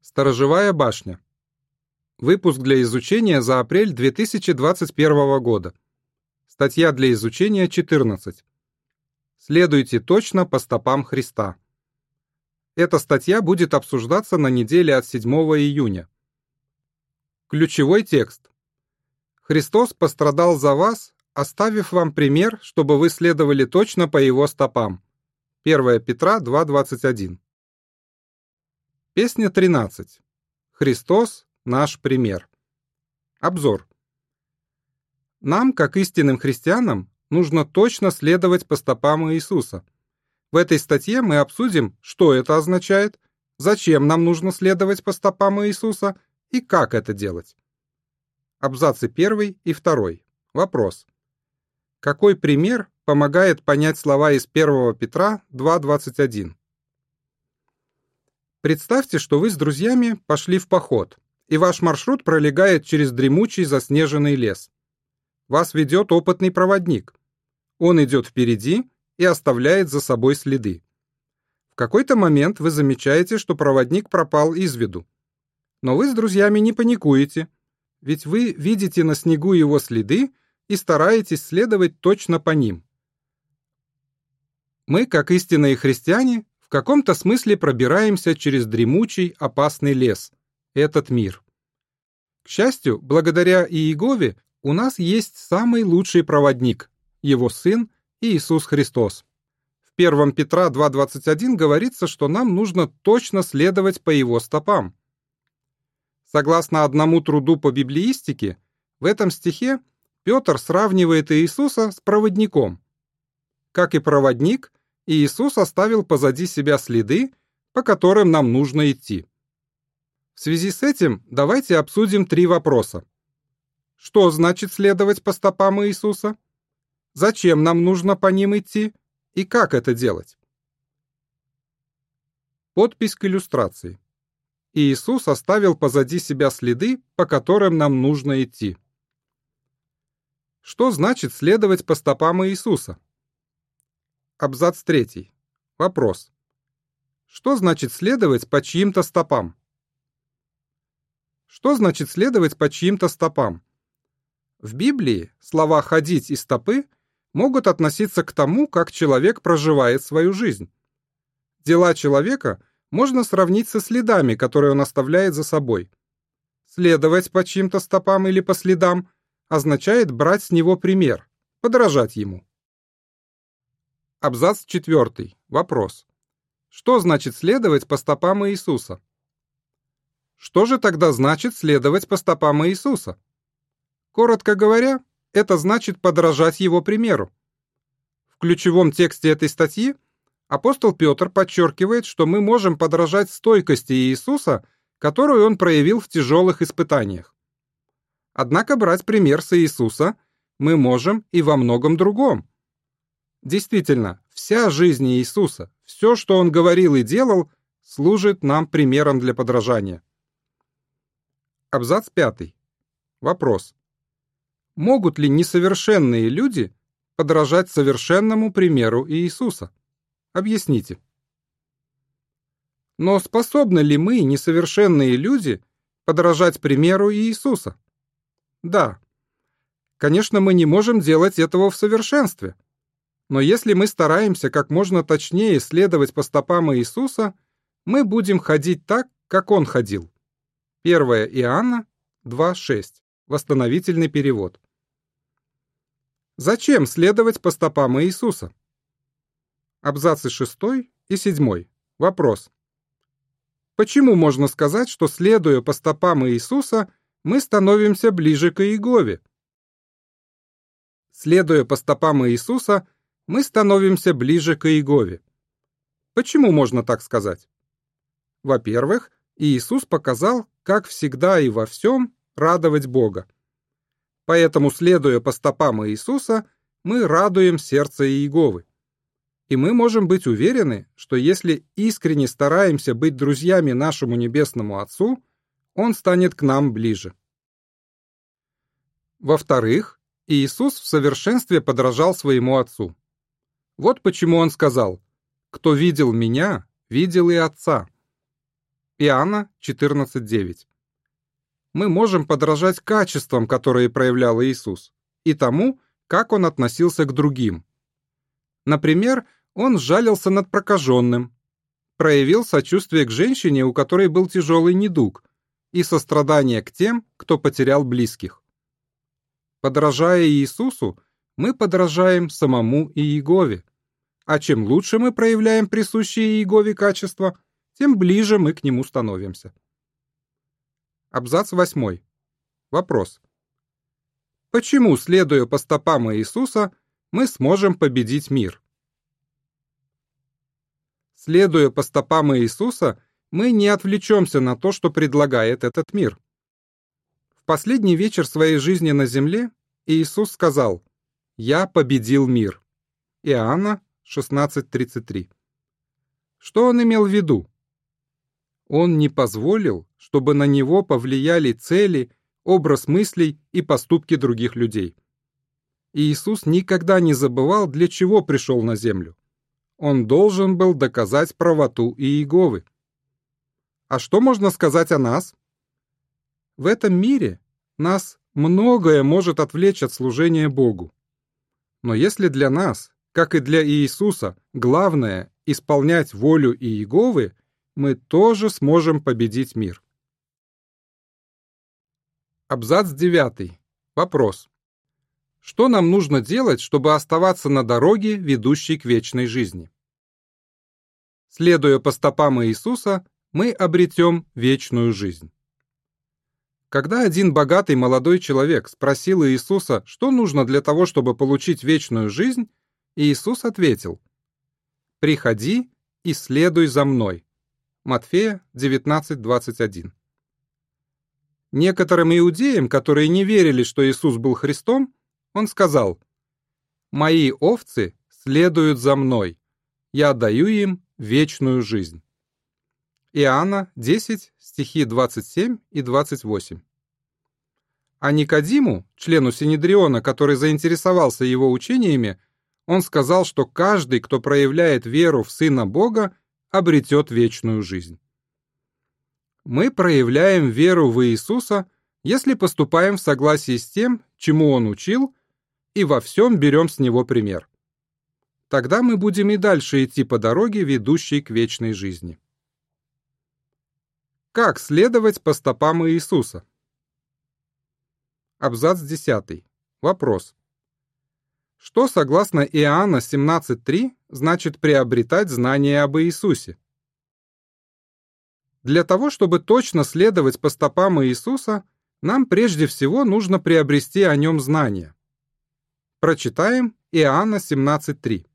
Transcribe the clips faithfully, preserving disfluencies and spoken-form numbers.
Сторожевая башня. Выпуск для изучения за апрель две тысячи двадцать первого года. Статья для изучения четырнадцать. Следуйте точно по стопам Христа. Эта статья будет обсуждаться на неделе от седьмого июня. Ключевой текст. Христос пострадал за вас, оставив вам пример, чтобы вы следовали точно по Его стопам. первое Петра два двадцать один. Песня тринадцать. Христос – наш пример. Обзор. Нам, как истинным христианам, нужно точно следовать по стопам Иисуса. В этой статье мы обсудим, что это означает, зачем нам нужно следовать по стопам Иисуса и как это делать. Абзацы первый и второй. Вопрос. Какой пример помогает понять слова из первого Петра два двадцать один? Представьте, что вы с друзьями пошли в поход, и ваш маршрут пролегает через дремучий заснеженный лес. Вас ведет опытный проводник. Он идет впереди и оставляет за собой следы. В какой-то момент вы замечаете, что проводник пропал из виду. Но вы с друзьями не паникуете, ведь вы видите на снегу его следы и стараетесь следовать точно по ним. Мы, как истинные христиане, в каком-то смысле пробираемся через дремучий, опасный лес, этот мир. К счастью, благодаря Иегове у нас есть самый лучший проводник, его Сын Иисус Христос. В первом Петра два двадцать один говорится, что нам нужно точно следовать по Его стопам. Согласно одному труду по библеистике, в этом стихе Петр сравнивает Иисуса с проводником. Как и проводник, Иисус оставил позади себя следы, по которым нам нужно идти. В связи с этим давайте обсудим три вопроса. Что значит следовать по стопам Иисуса? Зачем нам нужно по ним идти? И как это делать? Подпись к иллюстрации. Иисус оставил позади себя следы, по которым нам нужно идти. Что значит следовать по стопам Иисуса? Абзац третий. Вопрос. Что значит следовать по чьим-то стопам? Что значит следовать по чьим-то стопам? В Библии слова «ходить» и «стопы» могут относиться к тому, как человек проживает свою жизнь. Дела человека можно сравнить со следами, которые он оставляет за собой. Следовать по чьим-то стопам или по следам означает брать с него пример, подражать ему. Абзац четвертый. Вопрос. Что значит следовать по стопам Иисуса? Что же тогда значит следовать по стопам Иисуса? Коротко говоря, это значит подражать Его примеру. В ключевом тексте этой статьи апостол Петр подчеркивает, что мы можем подражать стойкости Иисуса, которую Он проявил в тяжелых испытаниях. Однако брать пример с Иисуса мы можем и во многом другом. Действительно, вся жизнь Иисуса, все, что Он говорил и делал, служит нам примером для подражания. Абзац пятый. Вопрос. Могут ли несовершенные люди подражать совершенному примеру Иисуса? Объясните. Но способны ли мы, несовершенные люди, подражать примеру Иисуса? Да. Конечно, мы не можем делать этого в совершенстве. Но если мы стараемся как можно точнее следовать по стопам Иисуса, мы будем ходить так, как Он ходил. первое Иоанна два шесть. Восстановительный перевод. Зачем следовать по стопам Иисуса? Абзацы шестой и седьмой. Вопрос. Почему можно сказать, что, следуя по стопам Иисуса, мы становимся ближе к Иегове? Следуя по стопам Иисуса, мы становимся ближе к Иегове. Почему можно так сказать? Во-первых, Иисус показал, как всегда и во всем радовать Бога. Поэтому, следуя по стопам Иисуса, мы радуем сердце Иеговы. И мы можем быть уверены, что если искренне стараемся быть друзьями нашему Небесному Отцу, Он станет к нам ближе. Во-вторых, Иисус в совершенстве подражал своему Отцу. Вот почему Он сказал: «Кто видел Меня, видел и Отца». Иоанна четырнадцать девять. Мы можем подражать качествам, которые проявлял Иисус, и тому, как Он относился к другим. Например, Он сжалился над прокаженным, проявил сочувствие к женщине, у которой был тяжелый недуг, и сострадание к тем, кто потерял близких. Подражая Иисусу, мы подражаем самому Иегове, а чем лучше мы проявляем присущие Иегове качества, тем ближе мы к Нему становимся. Абзац восьмой. Вопрос. Почему, следуя по стопам Иисуса, мы сможем победить мир? Следуя по стопам Иисуса, мы не отвлечемся на то, что предлагает этот мир. В последний вечер своей жизни на земле Иисус сказал: «Я победил мир». Иоанна шестнадцать тридцать три. Что Он имел в виду? Он не позволил, чтобы на Него повлияли цели, образ мыслей и поступки других людей. Иисус никогда не забывал, для чего пришел на землю. Он должен был доказать правоту Иеговы. А что можно сказать о нас? В этом мире нас многое может отвлечь от служения Богу. Но если для нас, как и для Иисуса, главное — исполнять волю Иеговы, мы тоже сможем победить мир. Абзац девятый. Вопрос. Что нам нужно делать, чтобы оставаться на дороге, ведущей к вечной жизни? Следуя по стопам Иисуса, мы обретем вечную жизнь. Когда один богатый молодой человек спросил Иисуса, что нужно для того, чтобы получить вечную жизнь, Иисус ответил: «Приходи и следуй за мной». Матфея девятнадцать двадцать один. Некоторым иудеям, которые не верили, что Иисус был Христом, Он сказал: «Мои овцы следуют за мной, я даю им вечную жизнь». Иоанна десять, стихи двадцать семь и двадцать восемь. А Никодиму, члену Синедриона, который заинтересовался его учениями, он сказал, что каждый, кто проявляет веру в Сына Бога, обретет вечную жизнь. Мы проявляем веру в Иисуса, если поступаем в согласии с тем, чему Он учил, и во всем берем с Него пример. Тогда мы будем и дальше идти по дороге, ведущей к вечной жизни. Как следовать по стопам Иисуса? Абзац десятый. Вопрос. Что, согласно Иоанна семнадцать три, значит приобретать знания об Иисусе? Для того, чтобы точно следовать по стопам Иисуса, нам прежде всего нужно приобрести о Нем знания. Прочитаем Иоанна семнадцать три.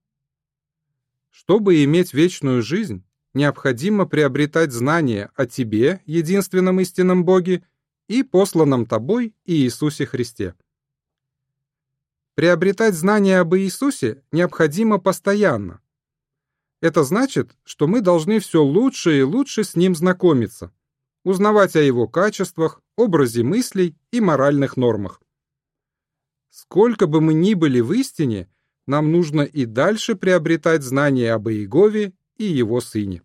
Чтобы иметь вечную жизнь, необходимо приобретать знания о Тебе, единственном истинном Боге, и посланном Тобой Иисусе Христе. Приобретать знания об Иисусе необходимо постоянно. Это значит, что мы должны все лучше и лучше с Ним знакомиться, узнавать о Его качествах, образе мыслей и моральных нормах. Сколько бы мы ни были в истине, нам нужно и дальше приобретать знания об Иегове и Его Сыне.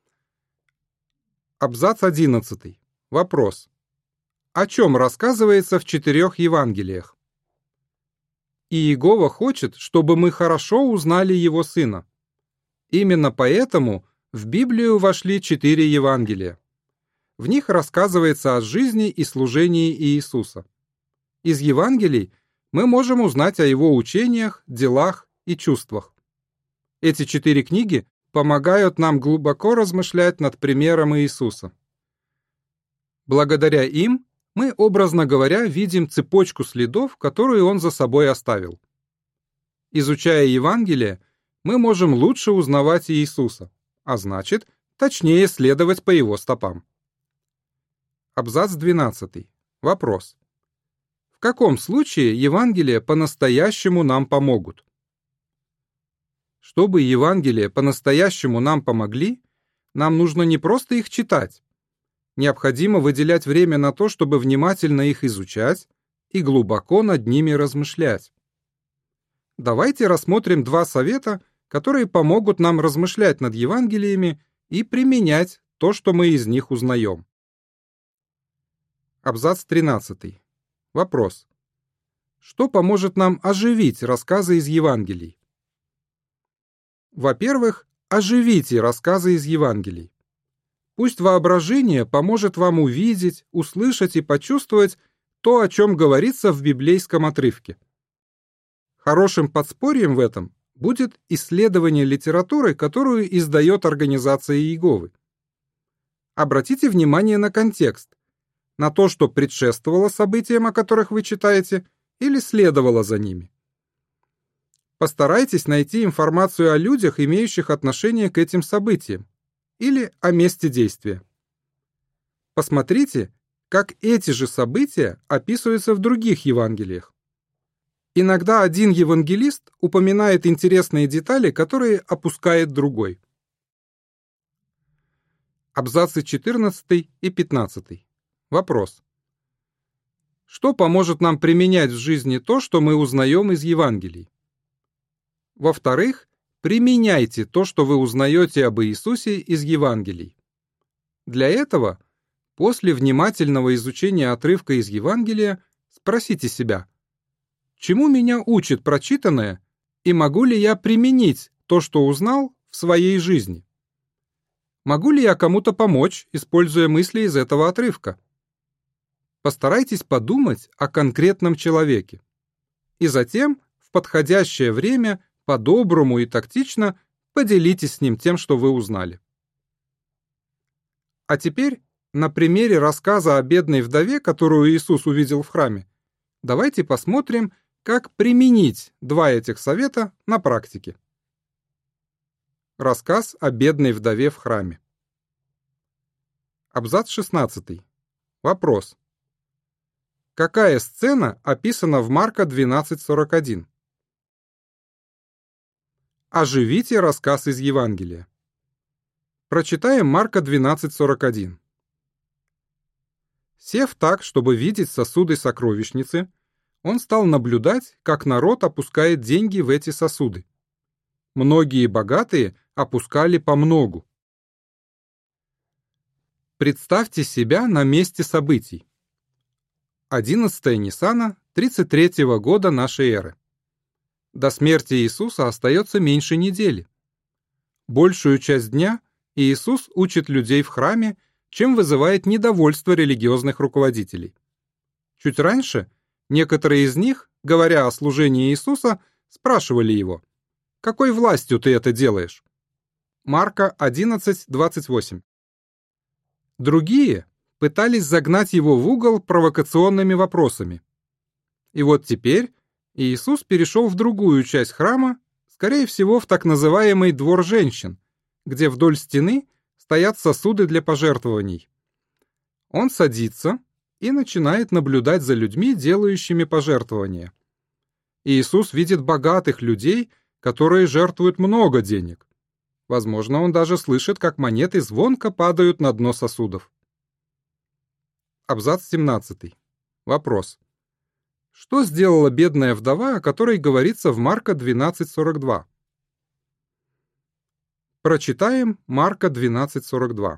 Абзац одиннадцатый. Вопрос. О чем рассказывается в четырех Евангелиях? Иегова хочет, чтобы мы хорошо узнали Его Сына. Именно поэтому в Библию вошли четыре Евангелия. В них рассказывается о жизни и служении Иисуса. Из Евангелий мы можем узнать о Его учениях, делах и чувствах. Эти четыре книги помогают нам глубоко размышлять над примером Иисуса. Благодаря им мы, образно говоря, видим цепочку следов, которую Он за собой оставил. Изучая Евангелие, мы можем лучше узнавать Иисуса, а значит, точнее следовать по Его стопам. Абзац двенадцатый. Вопрос. В каком случае Евангелия по-настоящему нам помогут? Чтобы Евангелия по-настоящему нам помогли, нам нужно не просто их читать. Необходимо выделять время на то, чтобы внимательно их изучать и глубоко над ними размышлять. Давайте рассмотрим два совета, которые помогут нам размышлять над Евангелиями и применять то, что мы из них узнаем. Абзац тринадцатый. Вопрос. Что поможет нам оживить рассказы из Евангелий? Во-первых, оживите рассказы из Евангелий. Пусть воображение поможет вам увидеть, услышать и почувствовать то, о чем говорится в библейском отрывке. Хорошим подспорьем в этом будет исследование литературы, которую издает Организация Иеговы. Обратите внимание на контекст, на то, что предшествовало событиям, о которых вы читаете, или следовало за ними. Постарайтесь найти информацию о людях, имеющих отношение к этим событиям, или о месте действия. Посмотрите, как эти же события описываются в других Евангелиях. Иногда один евангелист упоминает интересные детали, которые опускает другой. Абзацы четырнадцатый и пятнадцатый. Вопрос. Что поможет нам применять в жизни то, что мы узнаем из Евангелий? Во-вторых, применяйте то, что вы узнаете об Иисусе из Евангелий. Для этого, после внимательного изучения отрывка из Евангелия, спросите себя, чему меня учит прочитанное, и могу ли я применить то, что узнал, в своей жизни? Могу ли я кому-то помочь, используя мысли из этого отрывка? Постарайтесь подумать о конкретном человеке. И затем, в подходящее время, по-доброму и тактично поделитесь с ним тем, что вы узнали. А теперь, на примере рассказа о бедной вдове, которую Иисус увидел в храме, давайте посмотрим, как применить два этих совета на практике. Рассказ о бедной вдове в храме. Абзац шестнадцатый. Вопрос. Какая сцена описана в Марка двенадцать сорок один? Оживите рассказ из Евангелия. Прочитаем Марка двенадцать сорок один. Сев так, чтобы видеть сосуды сокровищницы, он стал наблюдать, как народ опускает деньги в эти сосуды. Многие богатые опускали по многу. Представьте себя на месте событий. одиннадцатое Ниссана тридцать третьего года нашей эры. До смерти Иисуса остается меньше недели. Большую часть дня Иисус учит людей в храме, чем вызывает недовольство религиозных руководителей. Чуть раньше некоторые из них, говоря о служении Иисуса, спрашивали его: «Какой властью ты это делаешь?» Марка одиннадцать двадцать восемь. Другие пытались загнать его в угол провокационными вопросами. И вот теперь Иисус перешел в другую часть храма, скорее всего, в так называемый двор женщин, где вдоль стены стоят сосуды для пожертвований. Он садится и начинает наблюдать за людьми, делающими пожертвования. Иисус видит богатых людей, которые жертвуют много денег. Возможно, он даже слышит, как монеты звонко падают на дно сосудов. Абзац семнадцатый. Вопрос. Что сделала бедная вдова, о которой говорится в Марка двенадцать сорок два? Прочитаем Марка двенадцать сорок два.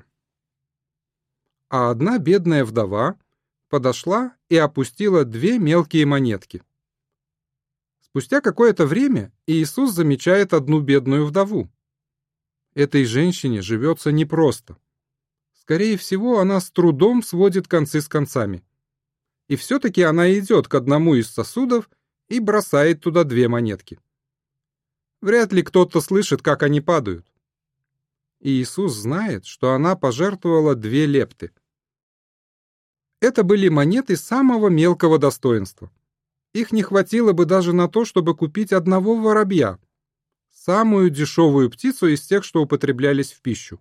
А одна бедная вдова подошла и опустила две мелкие монетки. Спустя какое-то время Иисус замечает одну бедную вдову. Этой женщине живется непросто. Скорее всего, она с трудом сводит концы с концами. И все-таки она идет к одному из сосудов и бросает туда две монетки. Вряд ли кто-то слышит, как они падают. И Иисус знает, что она пожертвовала две лепты. Это были монеты самого мелкого достоинства. Их не хватило бы даже на то, чтобы купить одного воробья, самую дешевую птицу из тех, что употреблялись в пищу.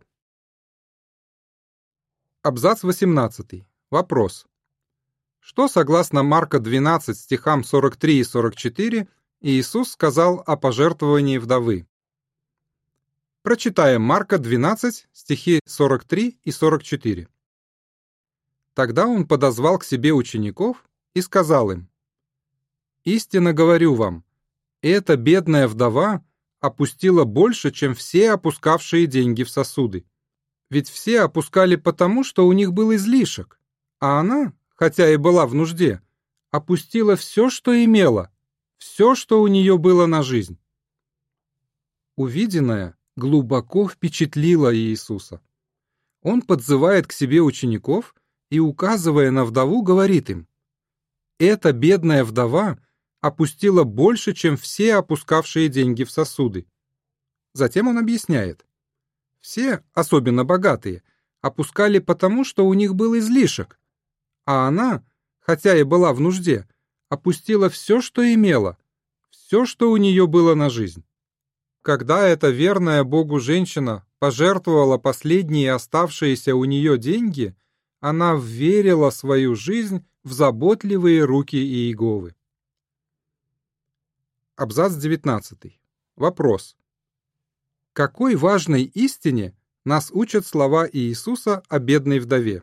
Абзац восемнадцатый. Вопрос. Что, согласно Марка двенадцать, стихам сорок три и сорок четыре, Иисус сказал о пожертвовании вдовы? Прочитаем Марка двенадцать, стихи сорок три и сорок четыре. Тогда он подозвал к себе учеников и сказал им: «Истинно говорю вам, эта бедная вдова опустила больше, чем все опускавшие деньги в сосуды. Ведь все опускали потому, что у них был излишек, а она, хотя и была в нужде, опустила все, что имела, все, что у нее было на жизнь. Увиденное глубоко впечатлило Иисуса. Он подзывает к себе учеников и, указывая на вдову, говорит им: «Эта бедная вдова опустила больше, чем все опускавшие деньги в сосуды». Затем он объясняет: все, особенно богатые, опускали потому, что у них был излишек, а она, хотя и была в нужде, опустила все, что имела, все, что у нее было на жизнь. Когда эта верная Богу женщина пожертвовала последние оставшиеся у нее деньги, она вверила свою жизнь в заботливые руки Иеговы. Абзац девятнадцатый. Вопрос. Какой важной истине нас учат слова Иисуса о бедной вдове?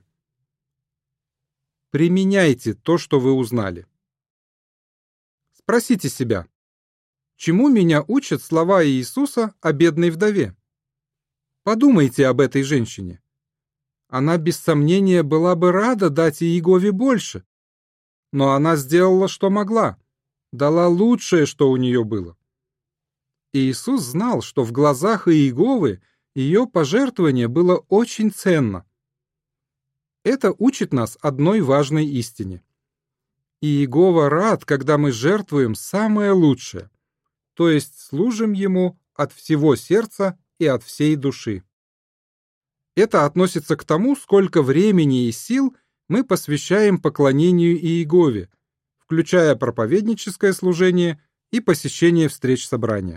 Применяйте то, что вы узнали. Спросите себя: чему меня учат слова Иисуса о бедной вдове? Подумайте об этой женщине. Она без сомнения была бы рада дать Иегове больше, но она сделала, что могла, дала лучшее, что у нее было. Иисус знал, что в глазах Иеговы ее пожертвование было очень ценно. Это учит нас одной важной истине. Иегова рад, когда мы жертвуем самое лучшее, то есть служим Ему от всего сердца и от всей души. Это относится к тому, сколько времени и сил мы посвящаем поклонению Иегове, включая проповедническое служение и посещение встреч собрания.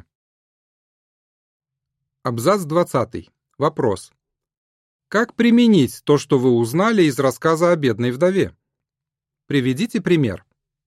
Абзац двадцатый. Вопрос. Как применить то, что вы узнали из рассказа о бедной вдове? Приведите пример.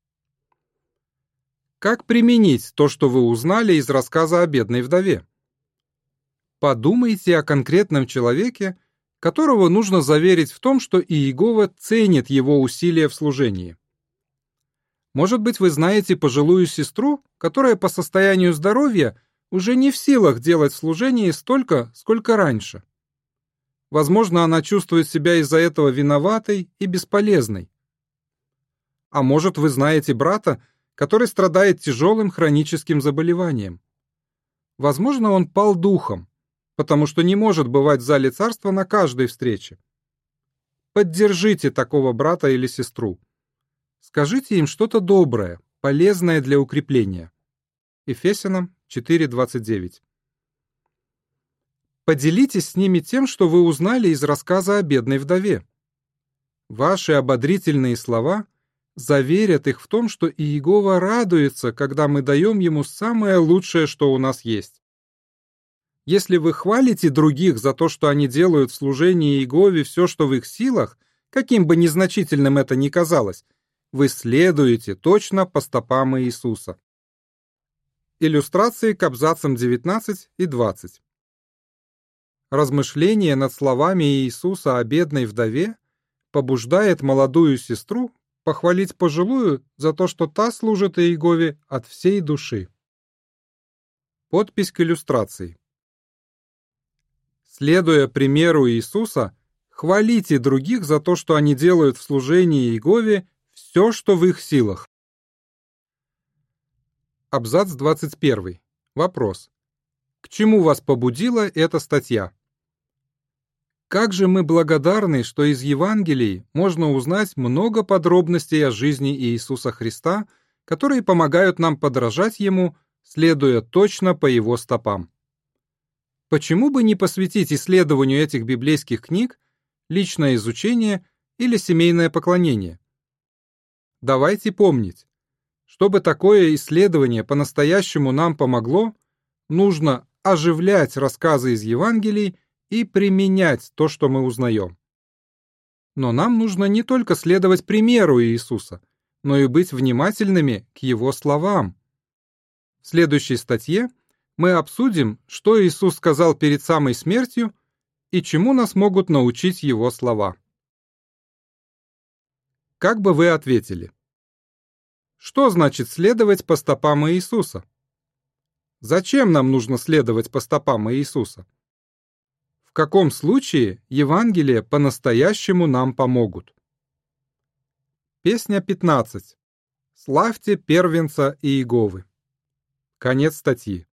Как применить то, что вы узнали из рассказа о бедной вдове? Подумайте о конкретном человеке, которого нужно заверить в том, что Иегова ценит его усилия в служении. Может быть, вы знаете пожилую сестру, которая по состоянию здоровья уже не в силах делать в служении столько, сколько раньше. Возможно, она чувствует себя из-за этого виноватой и бесполезной. А может, вы знаете брата, который страдает тяжелым хроническим заболеванием. Возможно, он пал духом, потому что не может бывать в зале царства на каждой встрече. Поддержите такого брата или сестру. Скажите им что-то доброе, полезное для укрепления. Ефесянам четыре двадцать девять. Поделитесь с ними тем, что вы узнали из рассказа о бедной вдове. Ваши ободрительные слова заверят их в том, что Иегова радуется, когда мы даем ему самое лучшее, что у нас есть. Если вы хвалите других за то, что они делают в служении Иегове все, что в их силах, каким бы незначительным это ни казалось, вы следуете точно по стопам Иисуса. Иллюстрации к абзацам девятнадцать и двадцать. Размышление над словами Иисуса о бедной вдове побуждает молодую сестру похвалить пожилую за то, что та служит Иегове от всей души. Подпись к иллюстрации. Следуя примеру Иисуса, хвалите других за то, что они делают в служении Иегове все, что в их силах. Абзац двадцать первый. Вопрос. К чему вас побудила эта статья? Как же мы благодарны, что из Евангелий можно узнать много подробностей о жизни Иисуса Христа, которые помогают нам подражать Ему, следуя точно по Его стопам. Почему бы не посвятить исследованию этих библейских книг личное изучение или семейное поклонение? Давайте помнить, чтобы такое исследование по-настоящему нам помогло, нужно оживлять рассказы из Евангелий и применять то, что мы узнаем. Но нам нужно не только следовать примеру Иисуса, но и быть внимательными к Его словам. В следующей статье мы обсудим, что Иисус сказал перед самой смертью и чему нас могут научить Его слова. Как бы вы ответили? Что значит следовать по стопам Иисуса? Зачем нам нужно следовать по стопам Иисуса? В каком случае Евангелие по-настоящему нам помогут. Песня пятнадцать. Славьте первенца Иеговы. Конец статьи.